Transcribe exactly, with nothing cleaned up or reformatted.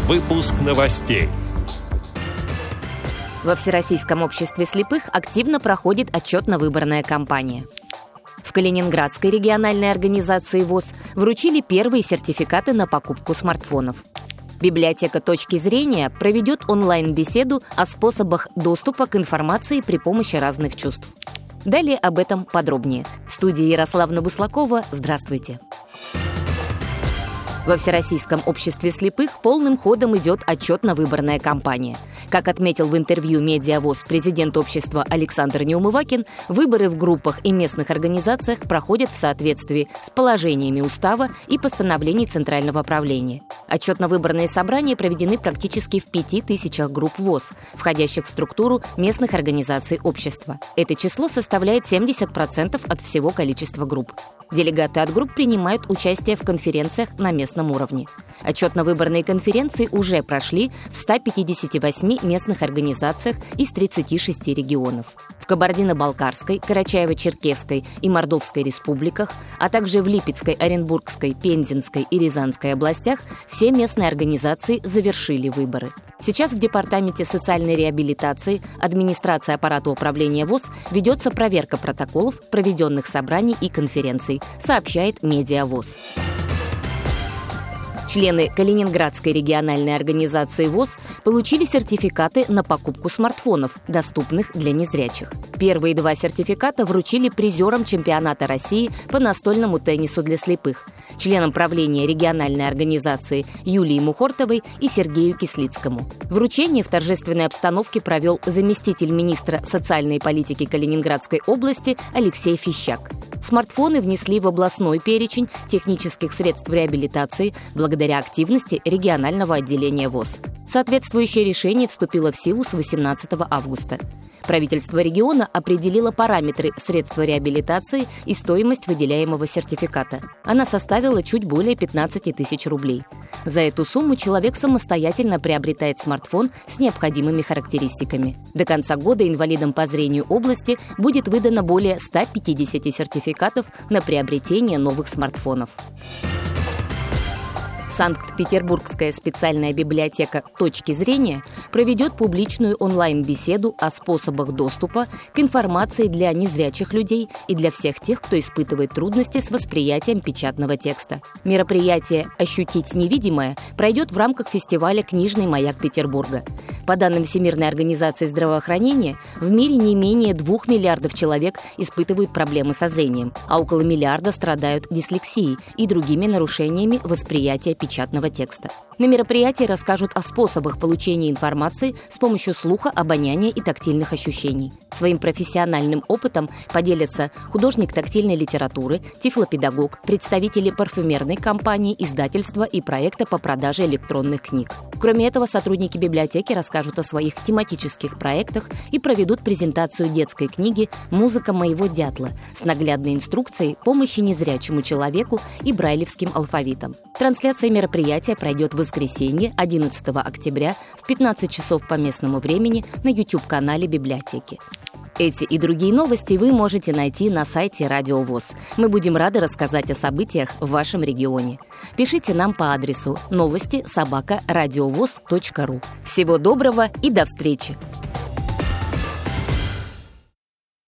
Выпуск новостей. Во Всероссийском обществе слепых активно проходит отчетно-выборная кампания. В Калининградской региональной организации ВОС вручили первые сертификаты на покупку смартфонов. Библиотека «Точки зрения» проведет онлайн-беседу о способах доступа к информации при помощи разных чувств. Далее об этом подробнее. В студии Ярославна Буслакова. Здравствуйте. Во Всероссийском обществе слепых полным ходом идет отчетно-выборная кампания. Как отметил в интервью «Медиавоз» президент общества Александр Неумывакин, выборы в группах и местных организациях проходят в соответствии с положениями устава и постановлений Центрального правления. Отчетно-выборные собрания проведены практически в пяти тысячах групп ВОС, входящих в структуру местных организаций общества. Это число составляет семьдесят процентов от всего количества групп. Делегаты от групп принимают участие в конференциях на местном уровне. Отчетно-выборные конференции уже прошли в ста пятидесяти восьми местных организациях из тридцати шести регионов. В Кабардино-Балкарской, Карачаево-Черкесской и Мордовской республиках, а также в Липецкой, Оренбургской, Пензенской и Рязанской областях все местные организации завершили выборы. Сейчас в Департаменте социальной реабилитации администрации аппарата управления ВОС ведется проверка протоколов проведенных собраний и конференций, сообщает «Медиавоз». Члены Калининградской региональной организации ВОС получили сертификаты на покупку смартфонов, доступных для незрячих. Первые два сертификата вручили призерам чемпионата России по настольному теннису для слепых, членам правления региональной организации Юлии Мухортовой и Сергею Кислицкому. Вручение в торжественной обстановке провел заместитель министра социальной политики Калининградской области Алексей Фищак. Смартфоны внесли в областной перечень технических средств реабилитации благодаря активности регионального отделения ВОС. Соответствующее решение вступило в силу с восемнадцатого августа. Правительство региона определило параметры средства реабилитации и стоимость выделяемого сертификата. Она составила чуть более пятнадцати тысяч рублей. За эту сумму человек самостоятельно приобретает смартфон с необходимыми характеристиками. До конца года инвалидам по зрению области будет выдано более ста пятидесяти сертификатов на приобретение новых смартфонов. Санкт-Петербургская специальная библиотека «Точки зрения» проведет публичную онлайн-беседу о способах доступа к информации для незрячих людей и для всех тех, кто испытывает трудности с восприятием печатного текста. Мероприятие «Ощутить невидимое» пройдет в рамках фестиваля «Книжный маяк Петербурга». По данным Всемирной организации здравоохранения, в мире не менее двух миллиардов человек испытывают проблемы со зрением, а около миллиарда страдают дислексией и другими нарушениями восприятия печатного текста. На мероприятии расскажут о способах получения информации с помощью слуха, обоняния и тактильных ощущений. Своим профессиональным опытом поделятся художник тактильной литературы, тифлопедагог, представители парфюмерной компании, издательства и проекта по продаже электронных книг. Кроме этого, сотрудники библиотеки расскажут о своих тематических проектах и проведут презентацию детской книги «Музыка моего дятла» с наглядной инструкцией помощи незрячему человеку и брайлевским алфавитом. Трансляция мероприятия пройдет в воскресенье, одиннадцатого октября, в пятнадцать часов по местному времени на YouTube-канале библиотеки. Эти и другие новости вы можете найти на сайте Радио ВОС. Мы будем рады рассказать о событиях в вашем регионе. Пишите нам по адресу новости собака радиовоз точка ру. Всего доброго и до встречи!